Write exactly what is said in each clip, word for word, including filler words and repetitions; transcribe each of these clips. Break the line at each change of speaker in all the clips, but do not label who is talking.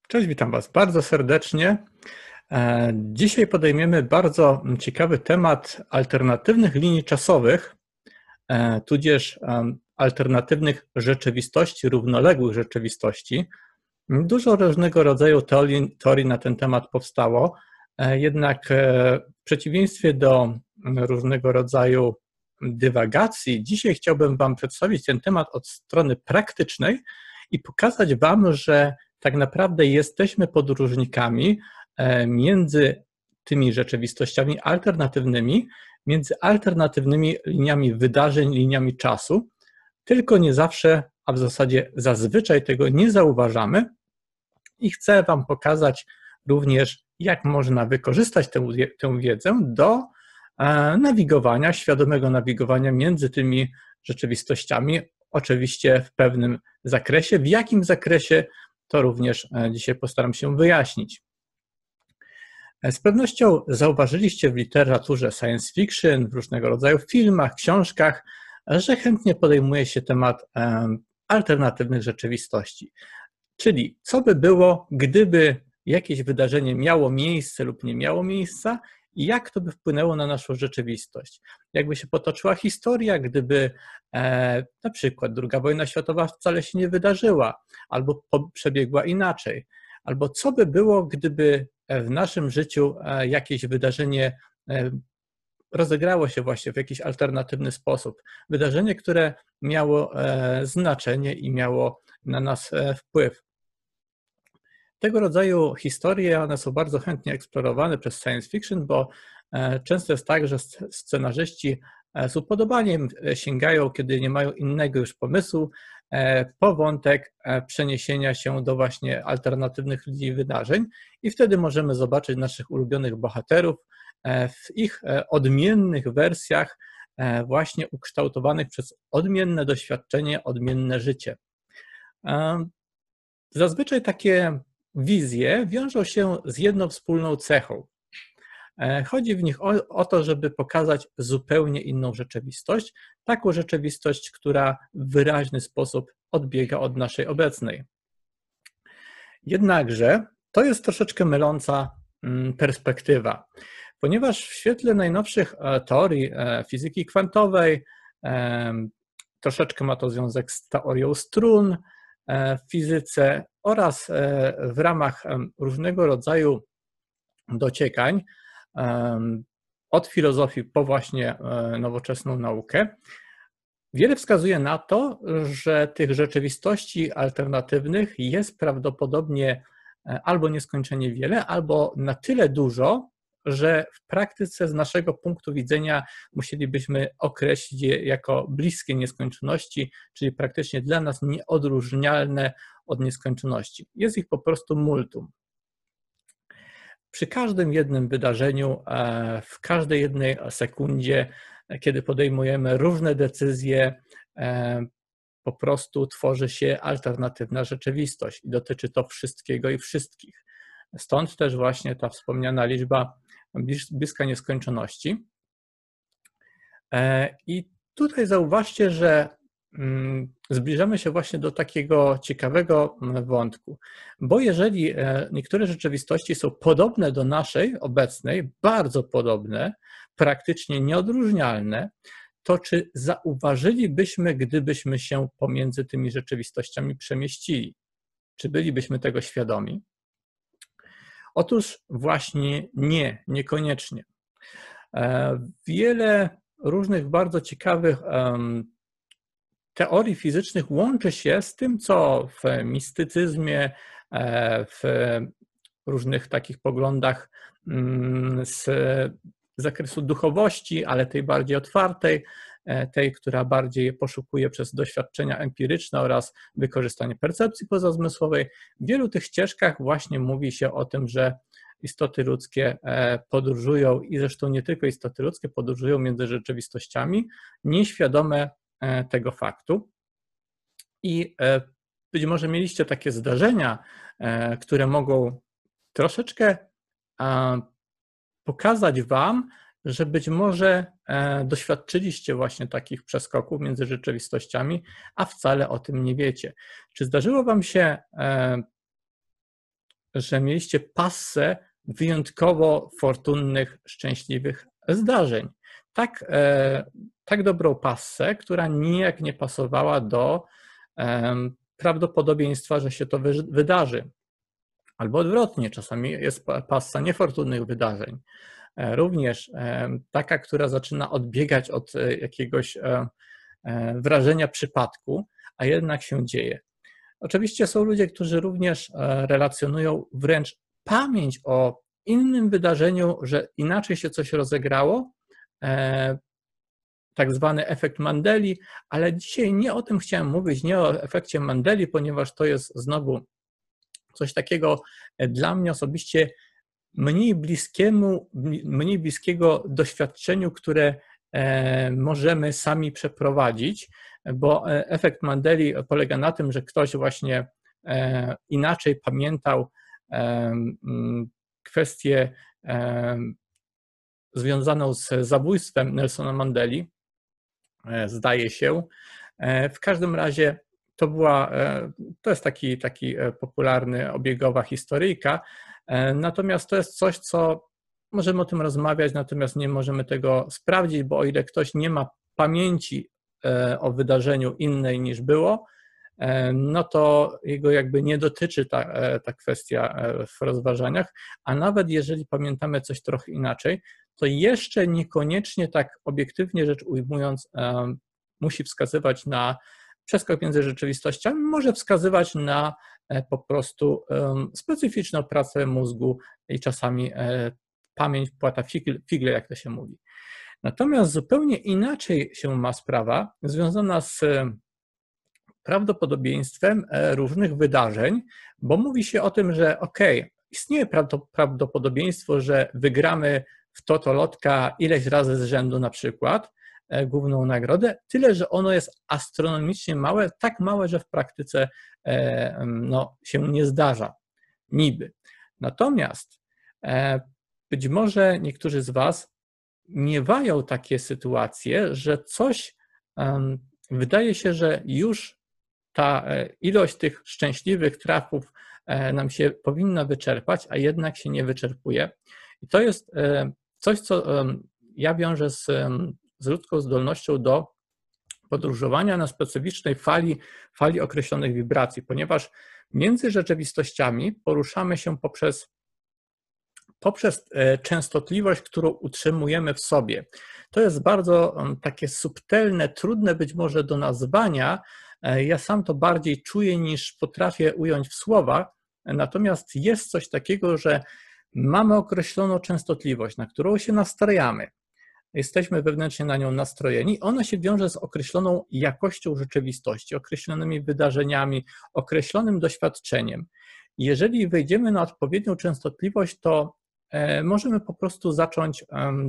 Cześć, witam Was bardzo serdecznie. Dzisiaj podejmiemy bardzo ciekawy temat alternatywnych linii czasowych, tudzież alternatywnych rzeczywistości, równoległych rzeczywistości. Dużo różnego rodzaju teorii, teorii na ten temat powstało, jednak w przeciwieństwie do różnego rodzaju dywagacji, dzisiaj chciałbym Wam przedstawić ten temat od strony praktycznej i pokazać Wam, że tak naprawdę jesteśmy podróżnikami między tymi rzeczywistościami alternatywnymi, między alternatywnymi liniami wydarzeń, liniami czasu, tylko nie zawsze, a w zasadzie zazwyczaj tego nie zauważamy i chcę Wam pokazać również, jak można wykorzystać tę, tę wiedzę do nawigowania, świadomego nawigowania między tymi rzeczywistościami, oczywiście w pewnym zakresie. W jakim zakresie, to również dzisiaj postaram się wyjaśnić. Z pewnością zauważyliście w literaturze science fiction, w różnego rodzaju filmach, książkach, że chętnie podejmuje się temat alternatywnych rzeczywistości. Czyli co by było, gdyby jakieś wydarzenie miało miejsce lub nie miało miejsca i jak to by wpłynęło na naszą rzeczywistość. Jakby się potoczyła historia, gdyby e, na przykład druga wojna światowa wcale się nie wydarzyła, albo po, przebiegła inaczej, albo co by było, gdyby w naszym życiu e, jakieś wydarzenie e, rozegrało się właśnie w jakiś alternatywny sposób. Wydarzenie, które miało e, znaczenie i miało na nas e, wpływ. Tego rodzaju historie, one są bardzo chętnie eksplorowane przez science fiction, bo często jest tak, że scenarzyści z upodobaniem sięgają, kiedy nie mają innego już pomysłu, po wątek przeniesienia się do właśnie alternatywnych linii wydarzeń i wtedy możemy zobaczyć naszych ulubionych bohaterów w ich odmiennych wersjach, właśnie ukształtowanych przez odmienne doświadczenie, odmienne życie. Zazwyczaj takie wizje wiążą się z jedną wspólną cechą. Chodzi w nich o, o to, żeby pokazać zupełnie inną rzeczywistość, taką rzeczywistość, która w wyraźny sposób odbiega od naszej obecnej. Jednakże to jest troszeczkę myląca perspektywa, ponieważ w świetle najnowszych teorii fizyki kwantowej, troszeczkę ma to związek z teorią strun w fizyce oraz w ramach różnego rodzaju dociekań od filozofii po właśnie nowoczesną naukę, wiele wskazuje na to, że tych rzeczywistości alternatywnych jest prawdopodobnie albo nieskończenie wiele, albo na tyle dużo, że w praktyce z naszego punktu widzenia musielibyśmy określić je jako bliskie nieskończoności, czyli praktycznie dla nas nieodróżnialne od nieskończoności. Jest ich po prostu multum. Przy każdym jednym wydarzeniu, w każdej jednej sekundzie, kiedy podejmujemy różne decyzje, po prostu tworzy się alternatywna rzeczywistość i dotyczy to wszystkiego i wszystkich. Stąd też właśnie ta wspomniana liczba bliska nieskończoności. I tutaj zauważcie, że zbliżamy się właśnie do takiego ciekawego wątku, bo jeżeli niektóre rzeczywistości są podobne do naszej obecnej, bardzo podobne, praktycznie nieodróżnialne, to czy zauważylibyśmy, gdybyśmy się pomiędzy tymi rzeczywistościami przemieścili? Czy bylibyśmy tego świadomi? Otóż właśnie nie, niekoniecznie. Wiele różnych bardzo ciekawych teorii fizycznych łączy się z tym, co w mistycyzmie, w różnych takich poglądach z zakresu duchowości, ale tej bardziej otwartej, tej, która bardziej poszukuje przez doświadczenia empiryczne oraz wykorzystanie percepcji pozazmysłowej. W wielu tych ścieżkach właśnie mówi się o tym, że istoty ludzkie podróżują i zresztą nie tylko istoty ludzkie podróżują między rzeczywistościami, nieświadome tego faktu. I być może mieliście takie zdarzenia, które mogą troszeczkę pokazać Wam, że być może doświadczyliście właśnie takich przeskoków między rzeczywistościami, a wcale o tym nie wiecie. Czy zdarzyło Wam się że mieliście passę wyjątkowo fortunnych, szczęśliwych zdarzeń. Tak, tak dobrą passę, która nijak nie pasowała do prawdopodobieństwa, że się to wydarzy. Albo odwrotnie, czasami jest passa niefortunnych wydarzeń. Również taka, która zaczyna odbiegać od jakiegoś wrażenia przypadku, a jednak się dzieje. Oczywiście są ludzie, którzy również relacjonują wręcz pamięć o innym wydarzeniu, że inaczej się coś rozegrało, tak zwany efekt Mandeli, ale dzisiaj nie o tym chciałem mówić, nie o efekcie Mandeli, ponieważ to jest znowu coś takiego dla mnie osobiście mniej bliskiemu, mniej bliskiego doświadczeniu, które możemy sami przeprowadzić, bo efekt Mandeli polega na tym, że ktoś właśnie inaczej pamiętał kwestię związaną z zabójstwem Nelsona Mandeli, zdaje się. W każdym razie to była, to jest taki, taki popularny, obiegowa historyjka, natomiast to jest coś, co możemy o tym rozmawiać, natomiast nie możemy tego sprawdzić, bo o ile ktoś nie ma pamięci o wydarzeniu innej niż było, no to jego jakby nie dotyczy ta, ta kwestia w rozważaniach, a nawet jeżeli pamiętamy coś trochę inaczej, to jeszcze niekoniecznie tak obiektywnie rzecz ujmując musi wskazywać na przeskok między rzeczywistościami, może wskazywać na po prostu specyficzną pracę mózgu i czasami pamięć płata figle, jak to się mówi. Natomiast zupełnie inaczej się ma sprawa związana z prawdopodobieństwem różnych wydarzeń, bo mówi się o tym, że ok, istnieje prawdopodobieństwo, że wygramy w totolotka ileś razy z rzędu na przykład główną nagrodę, tyle, że ono jest astronomicznie małe, tak małe, że w praktyce no, się nie zdarza, niby. Natomiast być może niektórzy z Was miewają takie sytuacje, że coś wydaje się, że już ta ilość tych szczęśliwych trafów nam się powinna wyczerpać, a jednak się nie wyczerpuje. I to jest coś, co ja wiążę z, z ludzką zdolnością do podróżowania na specyficznej fali, fali określonych wibracji, ponieważ między rzeczywistościami poruszamy się poprzez, poprzez częstotliwość, którą utrzymujemy w sobie. To jest bardzo takie subtelne, trudne być może do nazwania. Ja sam to bardziej czuję niż potrafię ująć w słowach, natomiast jest coś takiego, że mamy określoną częstotliwość, na którą się nastrajamy. Jesteśmy wewnętrznie na nią nastrojeni. Ona się wiąże z określoną jakością rzeczywistości, określonymi wydarzeniami, określonym doświadczeniem. Jeżeli wejdziemy na odpowiednią częstotliwość, to możemy po prostu zacząć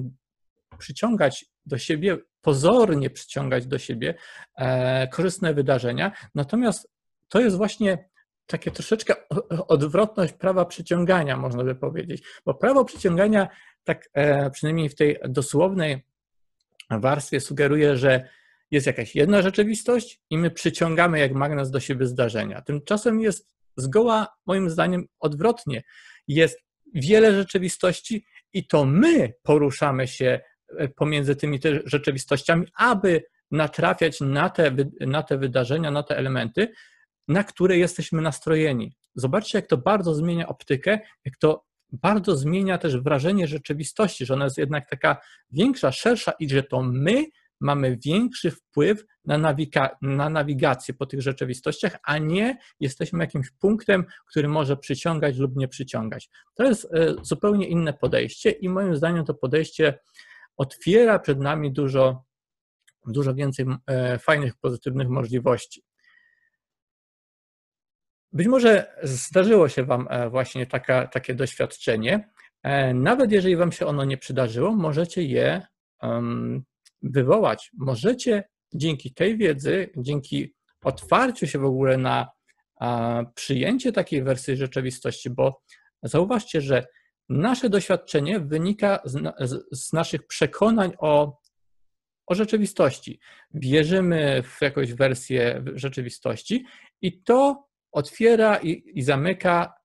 przyciągać do siebie, pozornie przyciągać do siebie korzystne wydarzenia. Natomiast to jest właśnie takie troszeczkę odwrotność prawa przyciągania, można by powiedzieć, bo prawo przyciągania, tak przynajmniej w tej dosłownej warstwie, sugeruje, że jest jakaś jedna rzeczywistość i my przyciągamy jak magnes do siebie zdarzenia. Tymczasem jest zgoła, moim zdaniem, odwrotnie. Jest wiele rzeczywistości i to my poruszamy się pomiędzy tymi rzeczywistościami, aby natrafiać na te, na te wydarzenia, na te elementy, na które jesteśmy nastrojeni. Zobaczcie, jak to bardzo zmienia optykę, jak to bardzo zmienia też wrażenie rzeczywistości, że ona jest jednak taka większa, szersza i że to my mamy większy wpływ na, nawiga- na nawigację po tych rzeczywistościach, a nie jesteśmy jakimś punktem, który może przyciągać lub nie przyciągać. To jest zupełnie inne podejście i moim zdaniem to podejście otwiera przed nami dużo, dużo więcej fajnych, pozytywnych możliwości. Być może zdarzyło się Wam właśnie taka, takie doświadczenie. Nawet jeżeli Wam się ono nie przydarzyło, możecie je um, wywołać. Możecie dzięki tej wiedzy, dzięki otwarciu się w ogóle na a, przyjęcie takiej wersji rzeczywistości, bo zauważcie, że nasze doświadczenie wynika z, z, z naszych przekonań o, o rzeczywistości. Wierzymy w jakąś wersję rzeczywistości i to otwiera i, i zamyka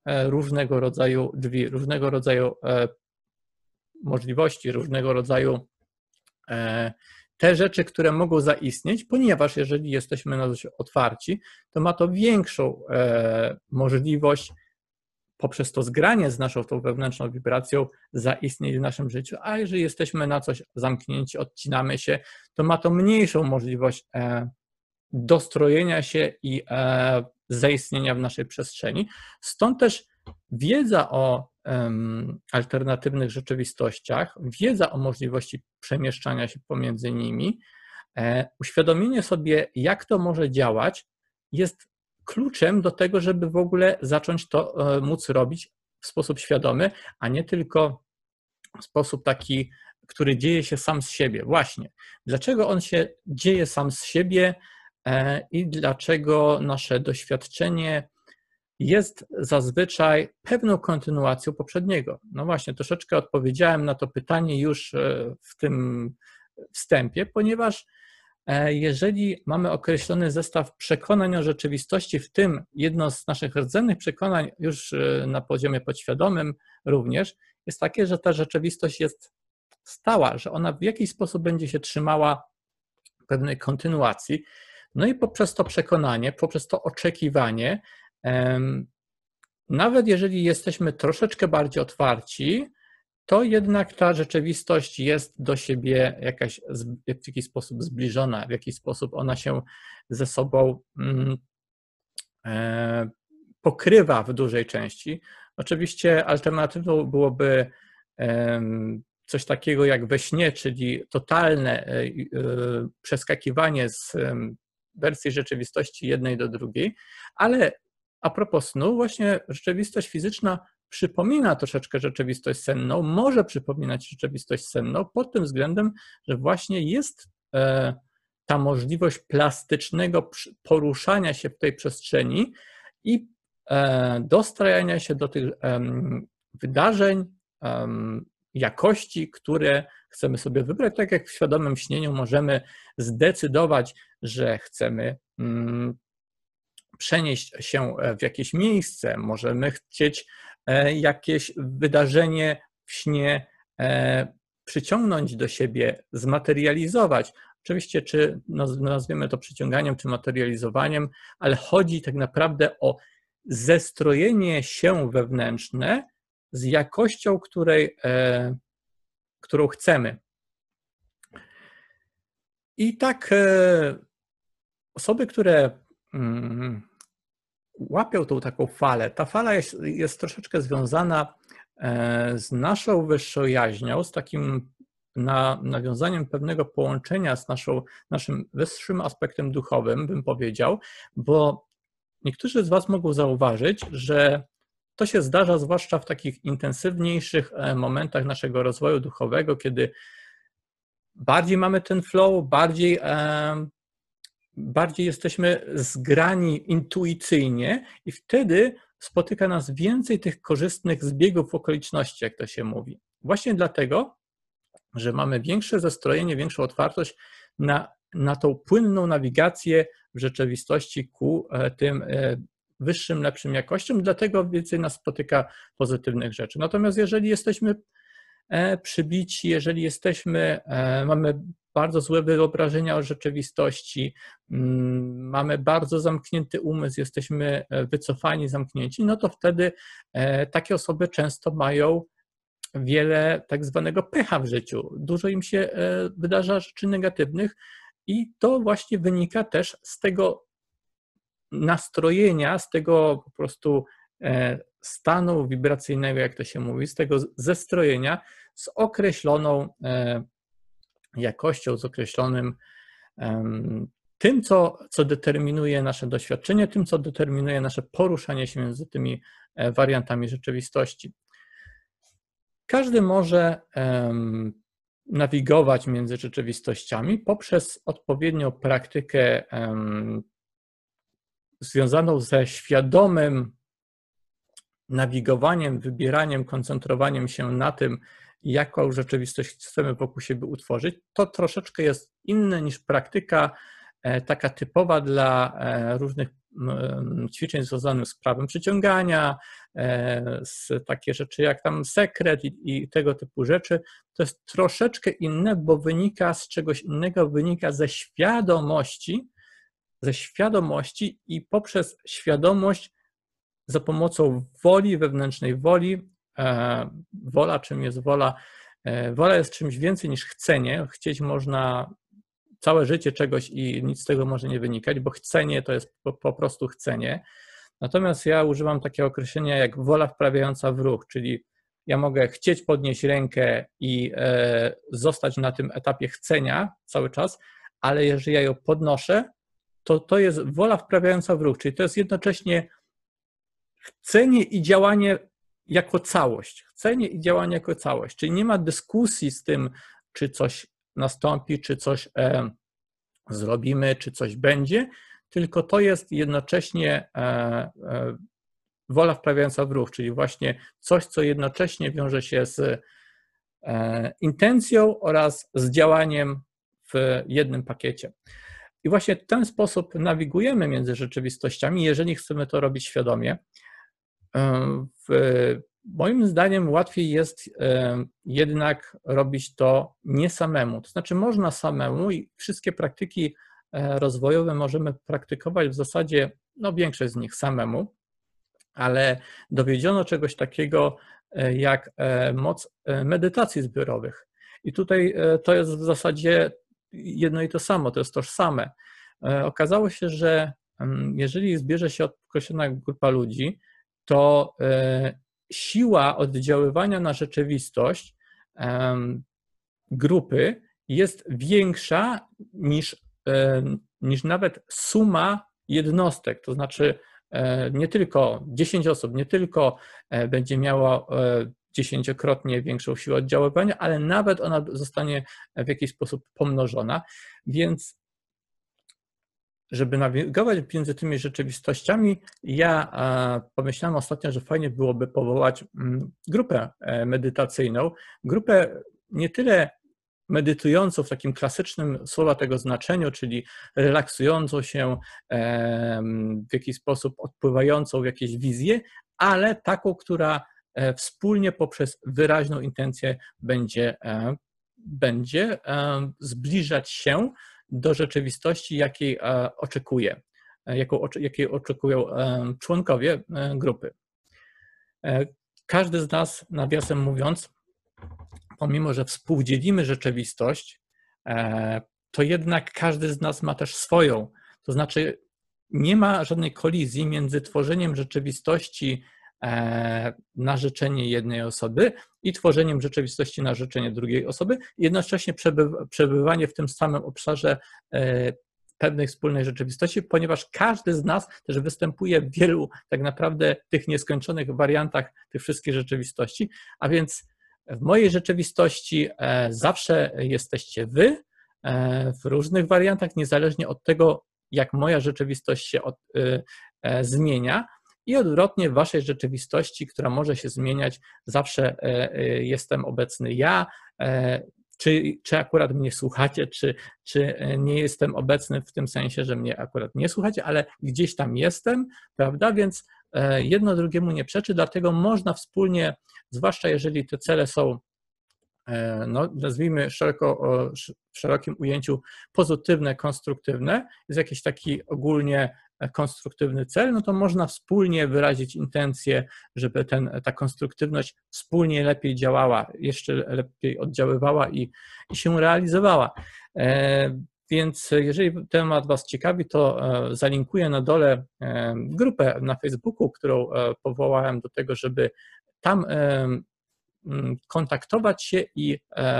różnego rodzaju drzwi, różnego rodzaju możliwości, różnego rodzaju te rzeczy, które mogą zaistnieć, ponieważ jeżeli jesteśmy na coś otwarci, to ma to większą możliwość poprzez to zgranie z naszą tą wewnętrzną wibracją zaistnieć w naszym życiu, a jeżeli jesteśmy na coś zamknięci, odcinamy się, to ma to mniejszą możliwość dostrojenia się i zaistnienia w naszej przestrzeni. Stąd też wiedza o um, alternatywnych rzeczywistościach, wiedza o możliwości przemieszczania się pomiędzy nimi, e, uświadomienie sobie, jak to może działać, jest kluczem do tego, żeby w ogóle zacząć to e, móc robić w sposób świadomy, a nie tylko w sposób taki, który dzieje się sam z siebie. Właśnie. Dlaczego on się dzieje sam z siebie e, i dlaczego nasze doświadczenie jest zazwyczaj pewną kontynuacją poprzedniego. No właśnie, troszeczkę odpowiedziałem na to pytanie już w tym wstępie, ponieważ jeżeli mamy określony zestaw przekonań o rzeczywistości, w tym jedno z naszych rdzennych przekonań już na poziomie podświadomym również, jest takie, że ta rzeczywistość jest stała, że ona w jakiś sposób będzie się trzymała pewnej kontynuacji. No i poprzez to przekonanie, poprzez to oczekiwanie, nawet jeżeli jesteśmy troszeczkę bardziej otwarci, to jednak ta rzeczywistość jest do siebie jakaś, w jakiś sposób zbliżona, w jakiś sposób ona się ze sobą pokrywa w dużej części. Oczywiście alternatywą byłoby coś takiego jak we śnie, czyli totalne przeskakiwanie z wersji rzeczywistości jednej do drugiej, ale a propos snu, właśnie rzeczywistość fizyczna przypomina troszeczkę rzeczywistość senną, może przypominać rzeczywistość senną pod tym względem, że właśnie jest ta możliwość plastycznego poruszania się w tej przestrzeni i dostrajania się do tych wydarzeń, jakości, które chcemy sobie wybrać. Tak jak w świadomym śnieniu możemy zdecydować, że chcemy przenieść się w jakieś miejsce, możemy chcieć jakieś wydarzenie w śnie przyciągnąć do siebie, zmaterializować. Oczywiście, czy nazwiemy to przyciąganiem, czy materializowaniem, ale chodzi tak naprawdę o zestrojenie się wewnętrzne z jakością, której, którą chcemy. I tak osoby, które łapią tą taką falę, ta fala jest, jest troszeczkę związana z naszą wyższą jaźnią, z takim na, nawiązaniem pewnego połączenia z naszą, naszym wyższym aspektem duchowym, bym powiedział, bo niektórzy z Was mogą zauważyć, że to się zdarza zwłaszcza w takich intensywniejszych momentach naszego rozwoju duchowego, kiedy bardziej mamy ten flow, bardziej, bardziej jesteśmy zgrani intuicyjnie i wtedy spotyka nas więcej tych korzystnych zbiegów okoliczności, jak to się mówi. Właśnie dlatego, że mamy większe zestrojenie, większą otwartość na, na tą płynną nawigację w rzeczywistości ku tym wyższym, lepszym jakościom, dlatego więcej nas spotyka pozytywnych rzeczy. Natomiast jeżeli jesteśmy przybici, jeżeli jesteśmy, mamy bardzo złe wyobrażenia o rzeczywistości, mamy bardzo zamknięty umysł, jesteśmy wycofani, zamknięci, no to wtedy takie osoby często mają wiele tak zwanego pecha w życiu. Dużo im się wydarza rzeczy negatywnych i to właśnie wynika też z tego nastrojenia, z tego po prostu stanu wibracyjnego, jak to się mówi, z tego zestrojenia z określoną jakością, z określonym tym, co, co determinuje nasze doświadczenie, tym, co determinuje nasze poruszanie się między tymi wariantami rzeczywistości. Każdy może nawigować między rzeczywistościami poprzez odpowiednią praktykę związaną ze świadomym nawigowaniem, wybieraniem, koncentrowaniem się na tym, jaką rzeczywistość chcemy wokół siebie utworzyć. To troszeczkę jest inne niż praktyka taka typowa dla różnych ćwiczeń związanych z prawem przyciągania, z takie rzeczy jak tam sekret i, i tego typu rzeczy, to jest troszeczkę inne, bo wynika z czegoś innego, wynika ze świadomości, ze świadomości i poprzez świadomość za pomocą woli, wewnętrznej woli. Wola, czym jest wola? Wola jest czymś więcej niż chcenie. Chcieć można całe życie czegoś i nic z tego może nie wynikać, bo chcenie to jest po, po prostu chcenie. Natomiast ja używam takiego określenia jak wola wprawiająca w ruch, czyli ja mogę chcieć podnieść rękę i e, zostać na tym etapie chcenia cały czas, ale jeżeli ja ją podnoszę, to to jest wola wprawiająca w ruch, czyli to jest jednocześnie chcenie i działanie jako całość. Chcenie i działanie jako całość, czyli nie ma dyskusji z tym, czy coś nastąpi, czy coś e, zrobimy, czy coś będzie, tylko to jest jednocześnie e, e, wola wprawiająca w ruch, czyli właśnie coś, co jednocześnie wiąże się z e, intencją oraz z działaniem w jednym pakiecie. I właśnie w ten sposób nawigujemy między rzeczywistościami, jeżeli chcemy to robić świadomie. W, moim zdaniem łatwiej jest jednak robić to nie samemu. To znaczy można samemu i wszystkie praktyki rozwojowe możemy praktykować w zasadzie, no większość z nich samemu, ale dowiedziono czegoś takiego jak moc medytacji zbiorowych. I tutaj to jest w zasadzie jedno i to samo, to jest tożsame. Okazało się, że jeżeli zbierze się określona grupa ludzi, to siła oddziaływania na rzeczywistość grupy jest większa niż, niż nawet suma jednostek, to znaczy nie tylko dziesięć osób, nie tylko będzie miało dziesięciokrotnie większą siłę oddziaływania, ale nawet ona zostanie w jakiś sposób pomnożona, więc żeby nawigować między tymi rzeczywistościami, ja pomyślałem ostatnio, że fajnie byłoby powołać grupę medytacyjną, grupę nie tyle medytującą w takim klasycznym słowa tego znaczeniu, czyli relaksującą się, w jakiś sposób odpływającą w jakieś wizje, ale taką, która wspólnie poprzez wyraźną intencję będzie, będzie zbliżać się do rzeczywistości, jakiej oczekuje, jaką, jakiej oczekują członkowie grupy. Każdy z nas, nawiasem mówiąc, pomimo że współdzielimy rzeczywistość, to jednak każdy z nas ma też swoją. To znaczy nie ma żadnej kolizji między tworzeniem rzeczywistości na życzenie jednej osoby i tworzeniem rzeczywistości na życzenie drugiej osoby, jednocześnie przebywanie w tym samym obszarze pewnej wspólnej rzeczywistości, ponieważ każdy z nas też występuje w wielu tak naprawdę tych nieskończonych wariantach tych wszystkich rzeczywistości, a więc w mojej rzeczywistości zawsze jesteście wy w różnych wariantach, niezależnie od tego, jak moja rzeczywistość się od, zmienia. I odwrotnie w waszej rzeczywistości, która może się zmieniać, zawsze jestem obecny ja, czy, czy akurat mnie słuchacie, czy, czy nie jestem obecny w tym sensie, że mnie akurat nie słuchacie, ale gdzieś tam jestem, prawda, więc jedno drugiemu nie przeczy, dlatego można wspólnie, zwłaszcza jeżeli te cele są, no, nazwijmy szeroko, w szerokim ujęciu pozytywne, konstruktywne, jest jakiś taki ogólnie konstruktywny cel, no to można wspólnie wyrazić intencję, żeby ten, ta konstruktywność wspólnie lepiej działała, jeszcze lepiej oddziaływała i, i się realizowała. Więc jeżeli temat was ciekawi, to zalinkuję na dole grupę na Facebooku, którą powołałem do tego, żeby tam kontaktować się i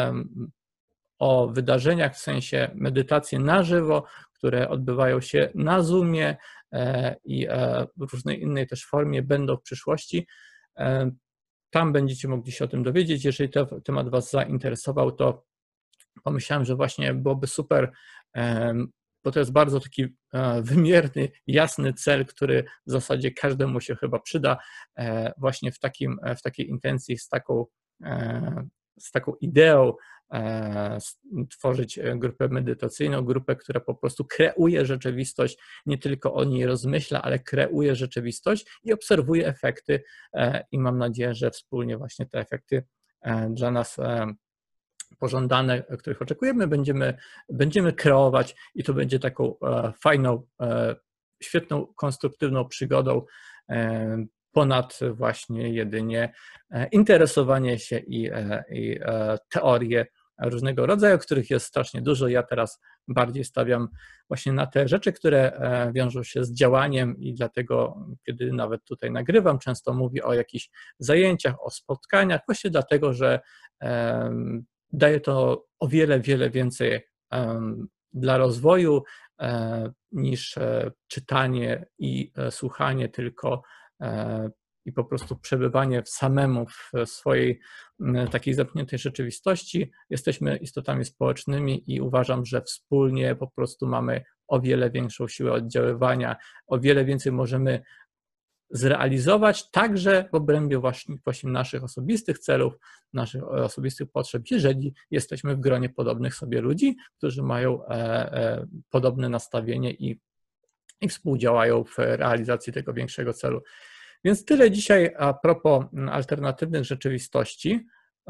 o wydarzeniach w sensie medytacji na żywo, które odbywają się na Zoomie i w różnej innej też formie będą w przyszłości. Tam będziecie mogli się o tym dowiedzieć. Jeżeli ten temat was zainteresował, to pomyślałem, że właśnie byłoby super, bo to jest bardzo taki wymierny, jasny cel, który w zasadzie każdemu się chyba przyda właśnie w, takim, w takiej intencji, z taką, z taką ideą tworzyć grupę medytacyjną, grupę, która po prostu kreuje rzeczywistość, nie tylko o niej rozmyśla, ale kreuje rzeczywistość i obserwuje efekty i mam nadzieję, że wspólnie właśnie te efekty dla nas pożądane, których oczekujemy, będziemy, będziemy kreować i to będzie taką fajną, świetną, konstruktywną przygodą ponad właśnie jedynie interesowanie się i, i teorie różnego rodzaju, których jest strasznie dużo. Ja teraz bardziej stawiam właśnie na te rzeczy, które wiążą się z działaniem i dlatego, kiedy nawet tutaj nagrywam, często mówię o jakichś zajęciach, o spotkaniach, właśnie dlatego, że daje to o wiele, wiele więcej dla rozwoju niż czytanie i słuchanie tylko i po prostu przebywanie samemu w swojej takiej zamkniętej rzeczywistości. Jesteśmy istotami społecznymi i uważam, że wspólnie po prostu mamy o wiele większą siłę oddziaływania, o wiele więcej możemy zrealizować także w obrębie właśnie, właśnie naszych osobistych celów, naszych osobistych potrzeb, jeżeli jesteśmy w gronie podobnych sobie ludzi, którzy mają e, e, podobne nastawienie i, i współdziałają w realizacji tego większego celu. Więc tyle dzisiaj a propos alternatywnych rzeczywistości.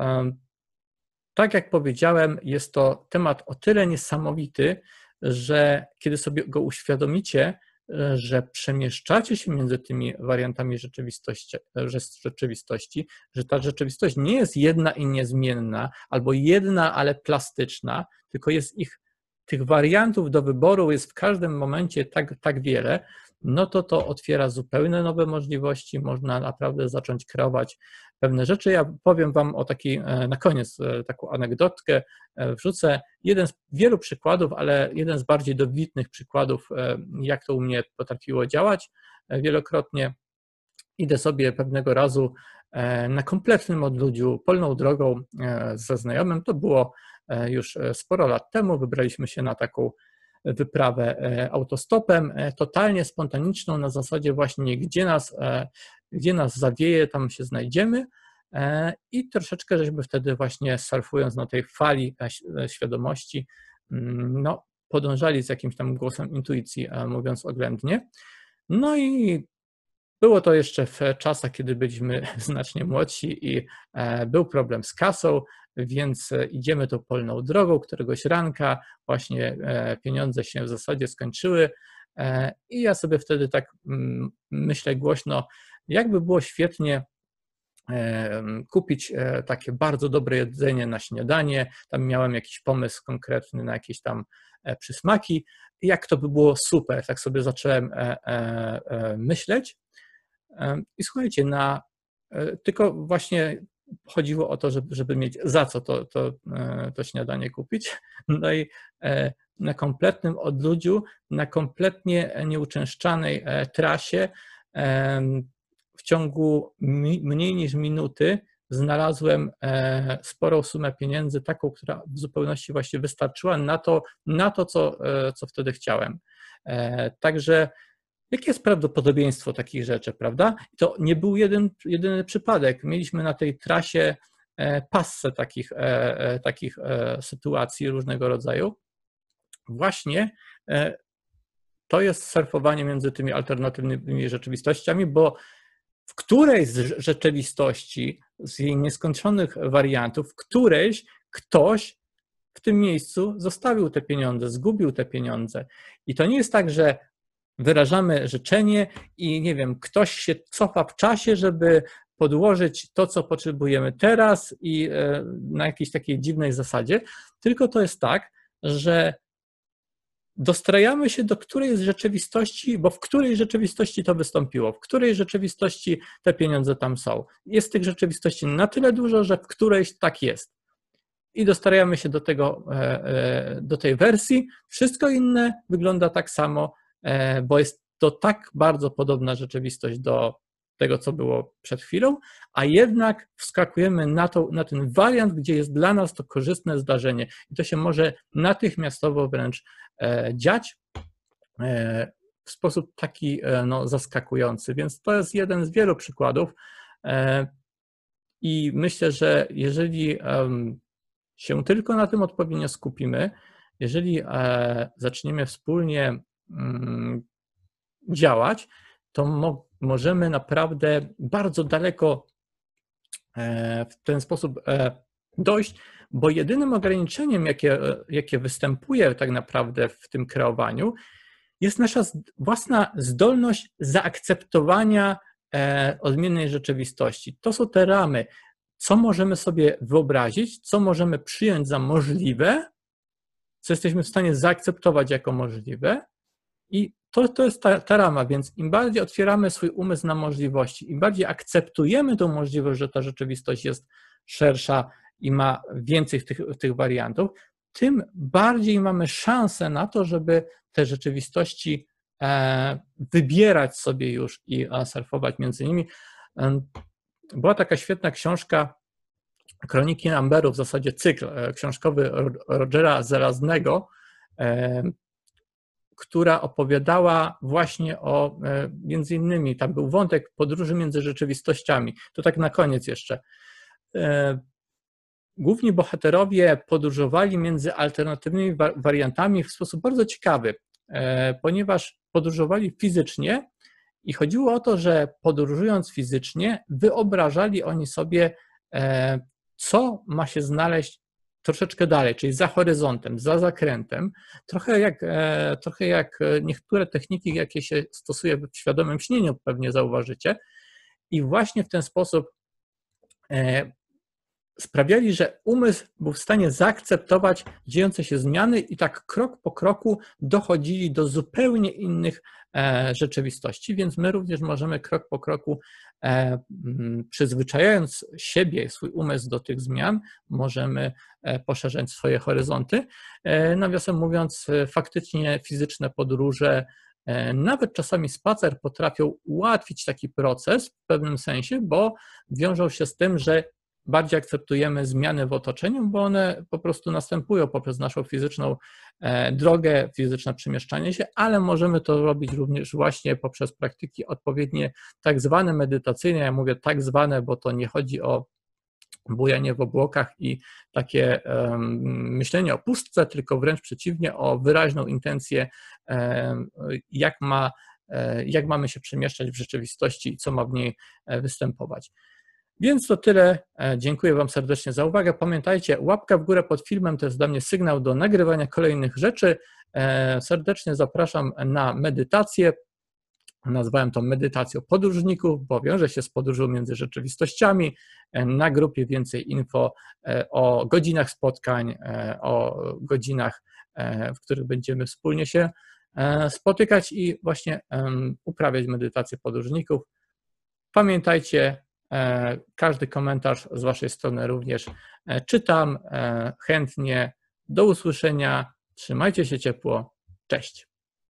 Tak jak powiedziałem, jest to temat o tyle niesamowity, że kiedy sobie go uświadomicie, że przemieszczacie się między tymi wariantami rzeczywistości, rzeczywistości, że ta rzeczywistość nie jest jedna i niezmienna, albo jedna, ale plastyczna, tylko jest ich, tych wariantów do wyboru jest w każdym momencie tak, tak wiele, no to to otwiera zupełnie nowe możliwości, można naprawdę zacząć kreować pewne rzeczy. Ja powiem Wam o takiej, na koniec taką anegdotkę wrzucę. Jeden z wielu przykładów, ale jeden z bardziej dobitnych przykładów, jak to u mnie potrafiło działać wielokrotnie. Idę sobie pewnego razu na kompletnym odludziu, polną drogą ze znajomym. To było już sporo lat temu. Wybraliśmy się na taką wyprawę autostopem, totalnie spontaniczną, na zasadzie właśnie gdzie nas, gdzie nas zawieje, tam się znajdziemy i troszeczkę żeśmy wtedy właśnie surfując na tej fali świadomości, no podążali z jakimś tam głosem intuicji, mówiąc oględnie. No i było to jeszcze w czasach, kiedy byliśmy znacznie młodsi i był problem z kasą, więc idziemy tą polną drogą, któregoś ranka właśnie pieniądze się w zasadzie skończyły i ja sobie wtedy tak myślę głośno, jakby było świetnie kupić takie bardzo dobre jedzenie na śniadanie, tam miałem jakiś pomysł konkretny na jakieś tam przysmaki, jak to by było super, tak sobie zacząłem myśleć. I słuchajcie, na, tylko właśnie chodziło o to, żeby, żeby mieć za co to, to, to śniadanie kupić. No i na kompletnym odludziu, na kompletnie nieuczęszczanej trasie w ciągu mniej niż minuty znalazłem sporą sumę pieniędzy, taką, która w zupełności właśnie wystarczyła na to, na to co, co wtedy chciałem. Także jakie jest prawdopodobieństwo takich rzeczy, prawda? To nie był jeden, jedyny przypadek. Mieliśmy na tej trasie passę takich, takich sytuacji różnego rodzaju. Właśnie to jest surfowanie między tymi alternatywnymi rzeczywistościami, bo w którejś z rzeczywistości, z jej nieskończonych wariantów, w którejś ktoś w tym miejscu zostawił te pieniądze, zgubił te pieniądze. I to nie jest tak, że wyrażamy życzenie i nie wiem, ktoś się cofa w czasie, żeby podłożyć to, co potrzebujemy teraz i na jakiejś takiej dziwnej zasadzie, tylko to jest tak, że dostrajamy się do którejś z rzeczywistości, bo w której rzeczywistości to wystąpiło, w której rzeczywistości te pieniądze tam są. Jest tych rzeczywistości na tyle dużo, że w którejś tak jest. I dostrajamy się do tego, do tej wersji. Wszystko inne wygląda tak samo, bo jest to tak bardzo podobna rzeczywistość do tego, co było przed chwilą, a jednak wskakujemy na, to, na ten wariant, gdzie jest dla nas to korzystne zdarzenie i to się może natychmiastowo wręcz dziać w sposób taki no, zaskakujący, więc to jest jeden z wielu przykładów i myślę, że jeżeli się tylko na tym odpowiednio skupimy, jeżeli zaczniemy wspólnie działać, to mo możemy naprawdę bardzo daleko w ten sposób dojść, bo jedynym ograniczeniem, jakie, jakie występuje tak naprawdę w tym kreowaniu, jest nasza własna zdolność zaakceptowania odmiennej rzeczywistości. To są te ramy, co możemy sobie wyobrazić, co możemy przyjąć za możliwe, co jesteśmy w stanie zaakceptować jako możliwe i to, to jest ta, ta rama, więc im bardziej otwieramy swój umysł na możliwości, im bardziej akceptujemy tą możliwość, że ta rzeczywistość jest szersza i ma więcej tych, tych wariantów, tym bardziej mamy szansę na to, żeby te rzeczywistości wybierać sobie już i surfować między nimi. Była taka świetna książka Kroniki Amberu, w zasadzie cykl książkowy Rogera Zelaznego, która opowiadała właśnie o, między innymi, tam był wątek podróży między rzeczywistościami. To tak na koniec jeszcze. Główni bohaterowie podróżowali między alternatywnymi wariantami w sposób bardzo ciekawy, ponieważ podróżowali fizycznie i chodziło o to, że podróżując fizycznie wyobrażali oni sobie, co ma się znaleźć troszeczkę dalej, czyli za horyzontem, za zakrętem, trochę jak, trochę jak niektóre techniki, jakie się stosuje w świadomym śnieniu, pewnie zauważycie. I właśnie w ten sposób sprawiali, że umysł był w stanie zaakceptować dziejące się zmiany i tak krok po kroku dochodzili do zupełnie innych rzeczywistości, więc my również możemy krok po kroku, przyzwyczajając siebie, swój umysł do tych zmian, możemy poszerzać swoje horyzonty. Nawiasem mówiąc, faktycznie fizyczne podróże, nawet czasami spacer potrafią ułatwić taki proces w pewnym sensie, bo wiążą się z tym, że bardziej akceptujemy zmiany w otoczeniu, bo one po prostu następują poprzez naszą fizyczną drogę, fizyczne przemieszczanie się, ale możemy to robić również właśnie poprzez praktyki odpowiednie, tak zwane medytacyjne. Ja mówię tak zwane, bo to nie chodzi o bujanie w obłokach i takie um, myślenie o pustce, tylko wręcz przeciwnie, o wyraźną intencję, um, jak, ma, jak mamy się przemieszczać w rzeczywistości i co ma w niej występować. Więc to tyle. Dziękuję Wam serdecznie za uwagę. Pamiętajcie, łapka w górę pod filmem to jest dla mnie sygnał do nagrywania kolejnych rzeczy. Serdecznie zapraszam na medytację. Nazwałem to medytacją podróżników, bo wiąże się z podróżą między rzeczywistościami. Na grupie więcej info o godzinach spotkań, o godzinach, w których będziemy wspólnie się spotykać i właśnie uprawiać medytację podróżników. Pamiętajcie, każdy komentarz z Waszej strony również czytam chętnie. Do usłyszenia. Trzymajcie się ciepło. Cześć.